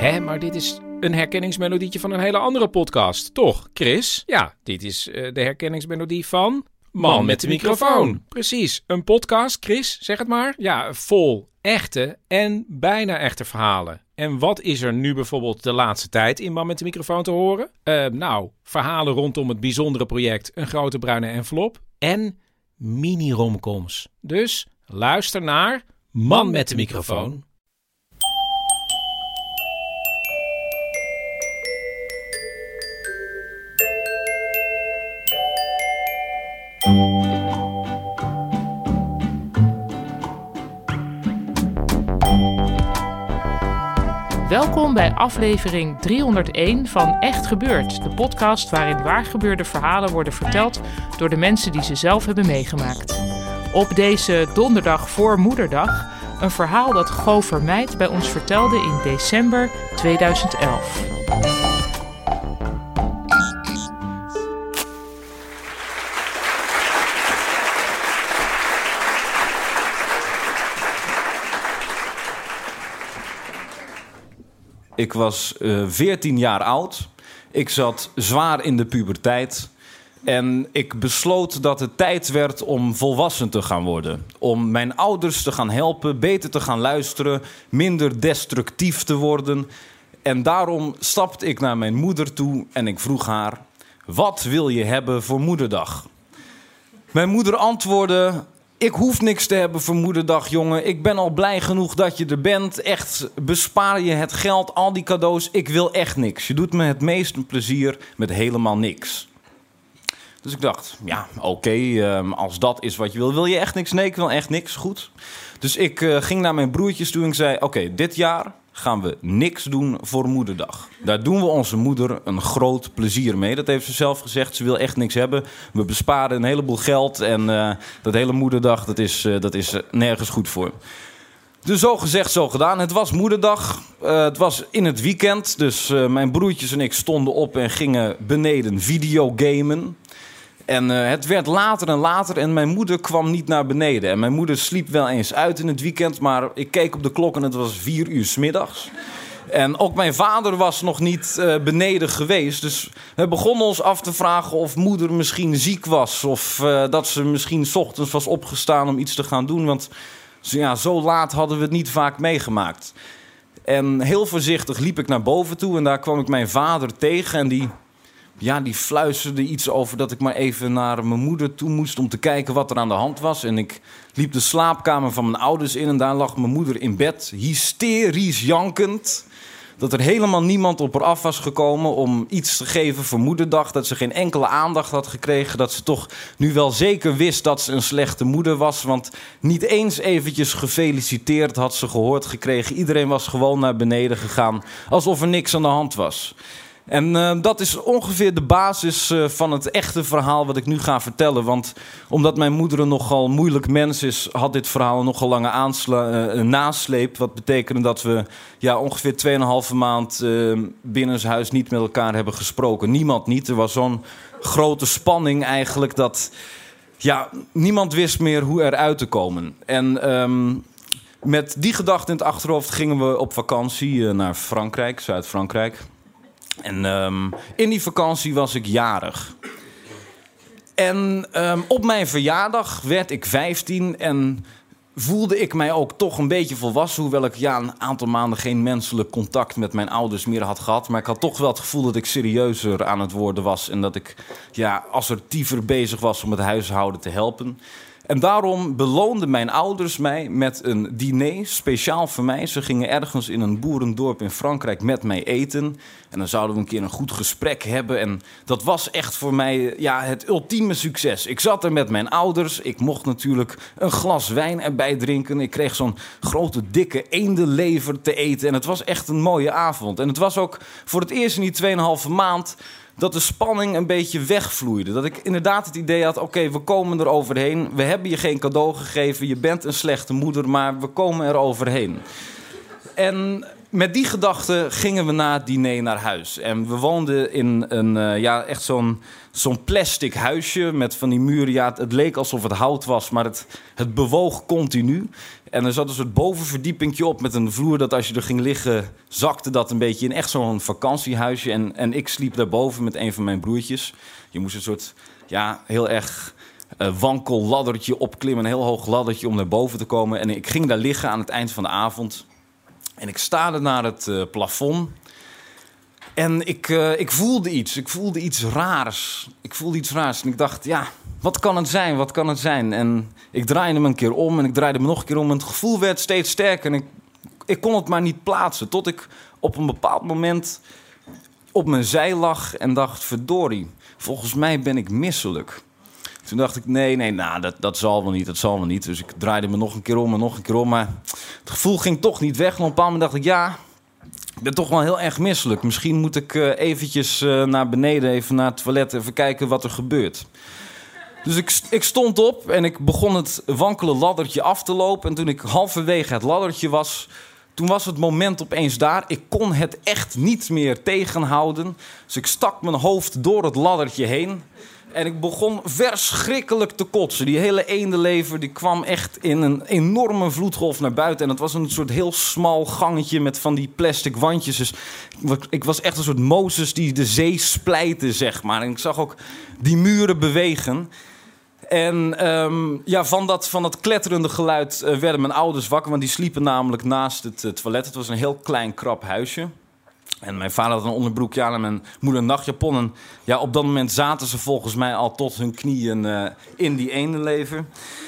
Hé, maar dit is een herkenningsmelodietje van een hele andere podcast, toch, Chris? Ja, dit is de herkenningsmelodie van Man met de microfoon. Precies, een podcast, Chris, zeg het maar. Ja, vol echte en bijna echte verhalen. En wat is er nu bijvoorbeeld de laatste tijd in Man met de microfoon te horen? Verhalen rondom het bijzondere project Een Grote Bruine Envelop en mini-romcoms. Dus luister naar Man met de microfoon. Welkom bij aflevering 301 van Echt Gebeurd, de podcast waarin waargebeurde verhalen worden verteld door de mensen die ze zelf hebben meegemaakt. Op deze donderdag voor Moederdag een verhaal dat Go Vermeij bij ons vertelde in december 2011. Ik was 14 jaar oud. Ik zat zwaar in de puberteit. En ik besloot dat het tijd werd om volwassen te gaan worden. Om mijn ouders te gaan helpen, beter te gaan luisteren, minder destructief te worden. En daarom stapte ik naar mijn moeder toe en ik vroeg haar: wat wil je hebben voor Moederdag? Mijn moeder antwoordde: ik hoef niks te hebben voor Moederdag, jongen. Ik ben al blij genoeg dat je er bent. Echt, bespaar je het geld, al die cadeaus. Ik wil echt niks. Je doet me het meeste plezier met helemaal niks. Dus ik dacht, ja, oké, als dat is wat je wil. Wil je echt niks? Nee, ik wil echt niks. Goed. Dus ik ging naar mijn broertjes toe en ik zei: oké, dit jaar gaan we niks doen voor Moederdag. Daar doen we onze moeder een groot plezier mee. Dat heeft ze zelf gezegd. Ze wil echt niks hebben. We besparen een heleboel geld. En dat hele Moederdag, dat is nergens goed voor. Dus zo gezegd, zo gedaan. Het was Moederdag. Het was in het weekend. Dus mijn broertjes en ik stonden op en gingen beneden videogamen. En het werd later en later en mijn moeder kwam niet naar beneden. En mijn moeder sliep wel eens uit in het weekend, maar ik keek op de klok en het was 4 uur 's middags. En ook mijn vader was nog niet beneden geweest. Dus we begonnen ons af te vragen of moeder misschien ziek was. Of dat ze misschien 's ochtends was opgestaan om iets te gaan doen. Want ja, zo laat hadden we het niet vaak meegemaakt. En heel voorzichtig liep ik naar boven toe en daar kwam ik mijn vader tegen en die fluisterde iets over dat ik maar even naar mijn moeder toe moest om te kijken wat er aan de hand was. En ik liep de slaapkamer van mijn ouders in en daar lag mijn moeder in bed, hysterisch jankend. Dat er helemaal niemand op haar af was gekomen om iets te geven voor Moederdag. Dat ze geen enkele aandacht had gekregen. Dat ze toch nu wel zeker wist dat ze een slechte moeder was. Want niet eens eventjes gefeliciteerd had ze gehoord gekregen. Iedereen was gewoon naar beneden gegaan alsof er niks aan de hand was. En dat is ongeveer de basis van het echte verhaal wat ik nu ga vertellen. Want omdat mijn moeder een nogal moeilijk mens is, had dit verhaal een nogal lange nasleep. Wat betekende dat we ongeveer 2,5 maand binnenshuis niet met elkaar hebben gesproken. Niemand niet. Er was zo'n grote spanning eigenlijk dat niemand wist meer hoe eruit te komen. En met die gedachte in het achterhoofd gingen we op vakantie naar Frankrijk, Zuid-Frankrijk. En in die vakantie was ik jarig. En op mijn verjaardag werd ik 15 en voelde ik mij ook toch een beetje volwassen. Hoewel ik een aantal maanden geen menselijk contact met mijn ouders meer had gehad. Maar ik had toch wel het gevoel dat ik serieuzer aan het worden was. En dat ik assertiever bezig was om het huishouden te helpen. En daarom beloonden mijn ouders mij met een diner, speciaal voor mij. Ze gingen ergens in een boerendorp in Frankrijk met mij eten. En dan zouden we een keer een goed gesprek hebben. En dat was echt voor mij het ultieme succes. Ik zat er met mijn ouders. Ik mocht natuurlijk een glas wijn erbij drinken. Ik kreeg zo'n grote, dikke eendenlever te eten. En het was echt een mooie avond. En het was ook voor het eerst in die 2,5 maand dat de spanning een beetje wegvloeide. Dat ik inderdaad het idee had, oké, we komen er overheen. We hebben je geen cadeau gegeven. Je bent een slechte moeder, maar we komen er overheen. En met die gedachte gingen we na het diner naar huis. En we woonden in een echt zo'n plastic huisje met van die muren. Ja, het leek alsof het hout was, maar het bewoog continu. En er zat een soort bovenverdiepingje op met een vloer dat als je er ging liggen, zakte dat een beetje in. Echt zo'n vakantiehuisje. En ik sliep daarboven met een van mijn broertjes. Je moest een soort, heel erg wankel laddertje opklimmen. Een heel hoog laddertje om naar boven te komen. En ik ging daar liggen aan het eind van de avond. En ik staarde naar het plafond. En ik voelde iets. Ik voelde iets raars. En ik dacht, wat kan het zijn? Wat kan het zijn? En ik draaide me een keer om en ik draaide me nog een keer om. En het gevoel werd steeds sterker. En ik kon het maar niet plaatsen. Tot ik op een bepaald moment op mijn zij lag en dacht, verdorie, volgens mij ben ik misselijk. Toen dacht ik, nee, dat zal wel niet. Dus ik draaide me nog een keer om en nog een keer om. Maar het gevoel ging toch niet weg. En op een bepaald moment dacht ik, ik ben toch wel heel erg misselijk. Misschien moet ik eventjes naar beneden, even naar het toilet, even kijken wat er gebeurt. Dus ik stond op en ik begon het wankele laddertje af te lopen. En toen ik halverwege het laddertje was, toen was het moment opeens daar. Ik kon het echt niet meer tegenhouden. Dus ik stak mijn hoofd door het laddertje heen. En ik begon verschrikkelijk te kotsen. Die hele eendenlever die kwam echt in een enorme vloedgolf naar buiten. En het was een soort heel smal gangetje met van die plastic wandjes. Dus ik was echt een soort Mozes die de zee splijtte, zeg maar. En ik zag ook die muren bewegen. En van dat kletterende geluid werden mijn ouders wakker. Want die sliepen namelijk naast het toilet. Het was een heel klein krap huisje. En mijn vader had een onderbroekje aan en mijn moeder een nachtjapon. En op dat moment zaten ze volgens mij al tot hun knieën in die eendenlever.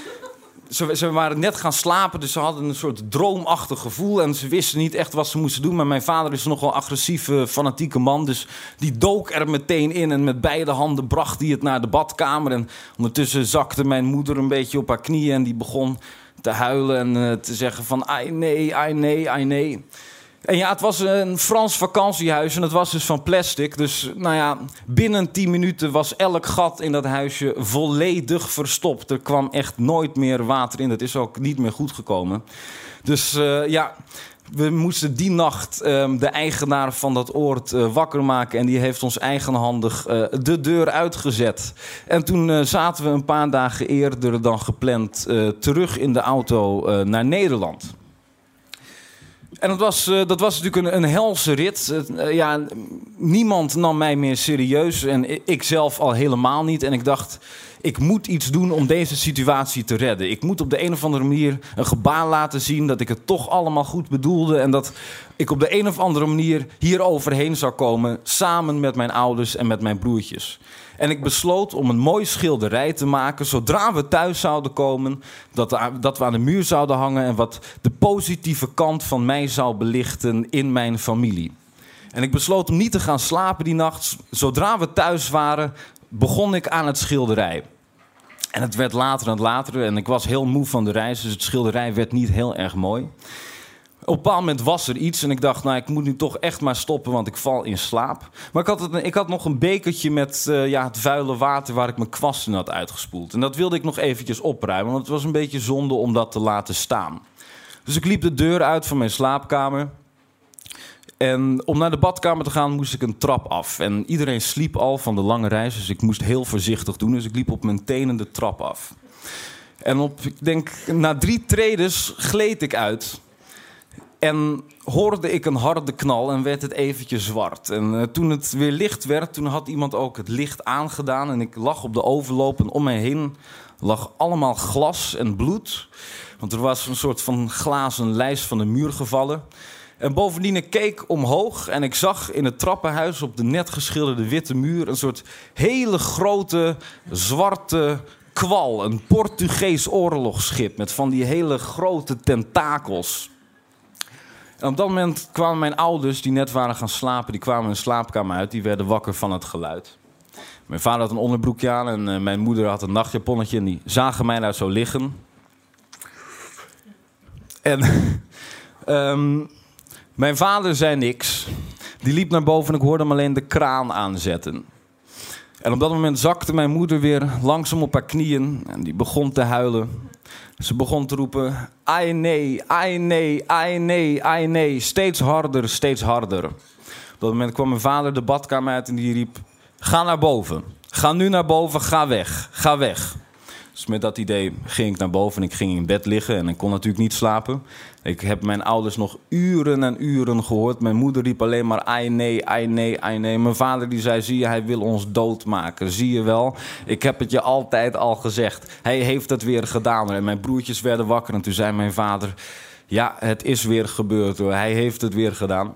Ze waren net gaan slapen, dus ze hadden een soort droomachtig gevoel. En ze wisten niet echt wat ze moesten doen. Maar mijn vader is een nogal agressieve, fanatieke man. Dus die dook er meteen in en met beide handen bracht hij het naar de badkamer. En ondertussen zakte mijn moeder een beetje op haar knieën. En die begon te huilen en te zeggen van ai nee. En het was een Frans vakantiehuis en het was dus van plastic. Dus binnen 10 minuten was elk gat in dat huisje volledig verstopt. Er kwam echt nooit meer water in. Dat is ook niet meer goed gekomen. Dus we moesten die nacht de eigenaar van dat oord wakker maken. En die heeft ons eigenhandig de deur uitgezet. En toen zaten we een paar dagen eerder dan gepland terug in de auto naar Nederland. En dat was natuurlijk een helse rit. Niemand nam mij meer serieus en ik zelf al helemaal niet. En ik dacht, ik moet iets doen om deze situatie te redden. Ik moet op de een of andere manier een gebaar laten zien dat ik het toch allemaal goed bedoelde. En dat ik op de een of andere manier hier overheen zou komen, samen met mijn ouders en met mijn broertjes. En ik besloot om een mooi schilderij te maken zodra we thuis zouden komen, dat we aan de muur zouden hangen en wat de positieve kant van mij zou belichten in mijn familie. En ik besloot om niet te gaan slapen die nacht. Zodra we thuis waren, begon ik aan het schilderij. En het werd later en later en ik was heel moe van de reis, dus het schilderij werd niet heel erg mooi. Op een bepaald moment was er iets en ik dacht, ik moet nu toch echt maar stoppen, want ik val in slaap. Maar ik had nog een bekertje met het vuile water waar ik mijn kwast in had uitgespoeld. En dat wilde ik nog eventjes opruimen, want het was een beetje zonde om dat te laten staan. Dus ik liep de deur uit van mijn slaapkamer. En om naar de badkamer te gaan moest ik een trap af. En iedereen sliep al van de lange reis, dus ik moest heel voorzichtig doen. Dus ik liep op mijn tenen de trap af. En na 3 tredes gleed ik uit. En hoorde ik een harde knal en werd het eventjes zwart. En toen het weer licht werd, toen had iemand ook het licht aangedaan. En ik lag op de overloop en om mij heen lag allemaal glas en bloed. Want er was een soort van glazen lijst van de muur gevallen. En bovendien, ik keek omhoog en ik zag in het trappenhuis op de net geschilderde witte muur een soort hele grote zwarte kwal. Een Portugees oorlogsschip met van die hele grote tentakels. En op dat moment kwamen mijn ouders, die net waren gaan slapen, die kwamen hun slaapkamer uit. Die werden wakker van het geluid. Mijn vader had een onderbroekje aan en mijn moeder had een nachtjaponnetje. En die zagen mij daar zo liggen. En mijn vader zei niks. Die liep naar boven en ik hoorde hem alleen de kraan aanzetten. En op dat moment zakte mijn moeder weer langzaam op haar knieën. En die begon te huilen. Ze begon te roepen, ai nee, ai nee, ai nee, ai nee. Steeds harder, steeds harder. Op dat moment kwam mijn vader de badkamer uit en die riep, ga naar boven. Ga nu naar boven, ga weg, ga weg. Dus met dat idee ging ik naar boven en ik ging in bed liggen en ik kon natuurlijk niet slapen. Ik heb mijn ouders nog uren en uren gehoord. Mijn moeder riep alleen maar ai nee, ai nee, ai nee. Mijn vader die zei, zie je, hij wil ons doodmaken. Zie je wel, ik heb het je altijd al gezegd. Hij heeft het weer gedaan. En mijn broertjes werden wakker en toen zei mijn vader, ja, het is weer gebeurd hoor. Hij heeft het weer gedaan.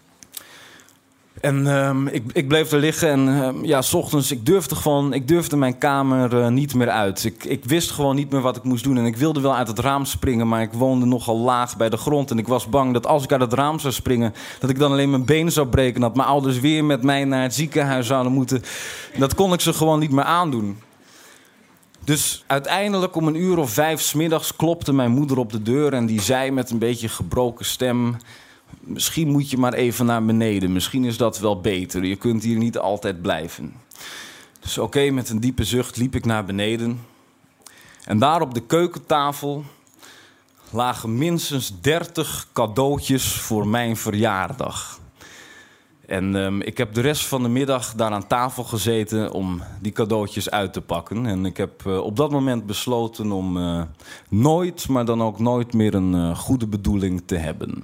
En ik bleef er liggen en 's ochtends, ik durfde mijn kamer niet meer uit. Ik wist gewoon niet meer wat ik moest doen. En ik wilde wel uit het raam springen, maar ik woonde nogal laag bij de grond. En ik was bang dat als ik uit het raam zou springen, dat ik dan alleen mijn been zou breken. En dat mijn ouders weer met mij naar het ziekenhuis zouden moeten. Dat kon ik ze gewoon niet meer aandoen. Dus uiteindelijk om 5:00 's middags klopte mijn moeder op de deur en die zei met een beetje gebroken stem, misschien moet je maar even naar beneden. Misschien is dat wel beter. Je kunt hier niet altijd blijven. Dus oké, met een diepe zucht liep ik naar beneden. En daar op de keukentafel lagen minstens 30 cadeautjes voor mijn verjaardag. En ik heb de rest van de middag daar aan tafel gezeten om die cadeautjes uit te pakken. En ik heb op dat moment besloten om nooit, maar dan ook nooit meer een goede bedoeling te hebben.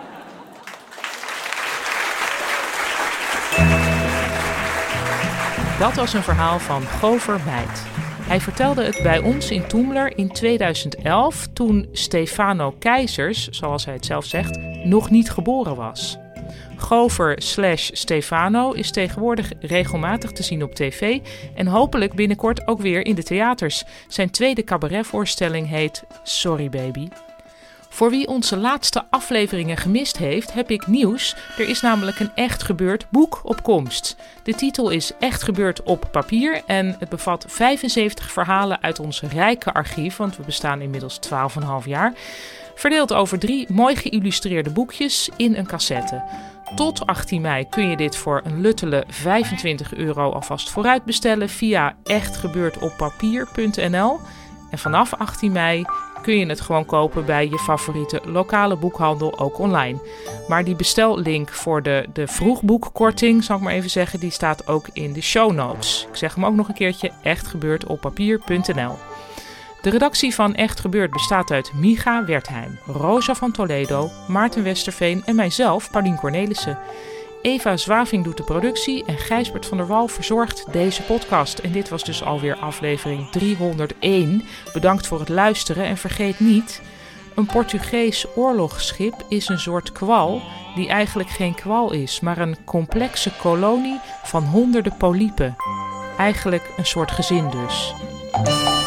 Dat was een verhaal van Gover Meid. Hij vertelde het bij ons in Toemler in 2011... toen Stefano Keizers, zoals hij het zelf zegt, nog niet geboren was. Gover/Stefano is tegenwoordig regelmatig te zien op tv... en hopelijk binnenkort ook weer in de theaters. Zijn tweede cabaretvoorstelling heet Sorry Baby. Voor wie onze laatste afleveringen gemist heeft, heb ik nieuws. Er is namelijk een echt gebeurd boek op komst. De titel is Echt gebeurd op papier en het bevat 75 verhalen uit ons rijke archief, want we bestaan inmiddels 12,5 jaar. Verdeeld over 3 mooi geïllustreerde boekjes in een cassette. Tot 18 mei kun je dit voor een luttele €25 alvast vooruit bestellen via echtgebeurdopapier.nl. En vanaf 18 mei kun je het gewoon kopen bij je favoriete lokale boekhandel, ook online. Maar die bestellink voor de vroegboekkorting, zal ik maar even zeggen, die staat ook in de show notes. Ik zeg hem ook nog een keertje, echtgebeurdopapier.nl. De redactie van Echt Gebeurd bestaat uit Micha Wertheim, Rosa van Toledo, Maarten Westerveen en mijzelf, Paulien Cornelissen. Eva Zwaving doet de productie en Gijsbert van der Wal verzorgt deze podcast. En dit was dus alweer aflevering 301. Bedankt voor het luisteren en vergeet niet, een Portugees oorlogsschip is een soort kwal die eigenlijk geen kwal is, maar een complexe kolonie van honderden polypen. Eigenlijk een soort gezin dus.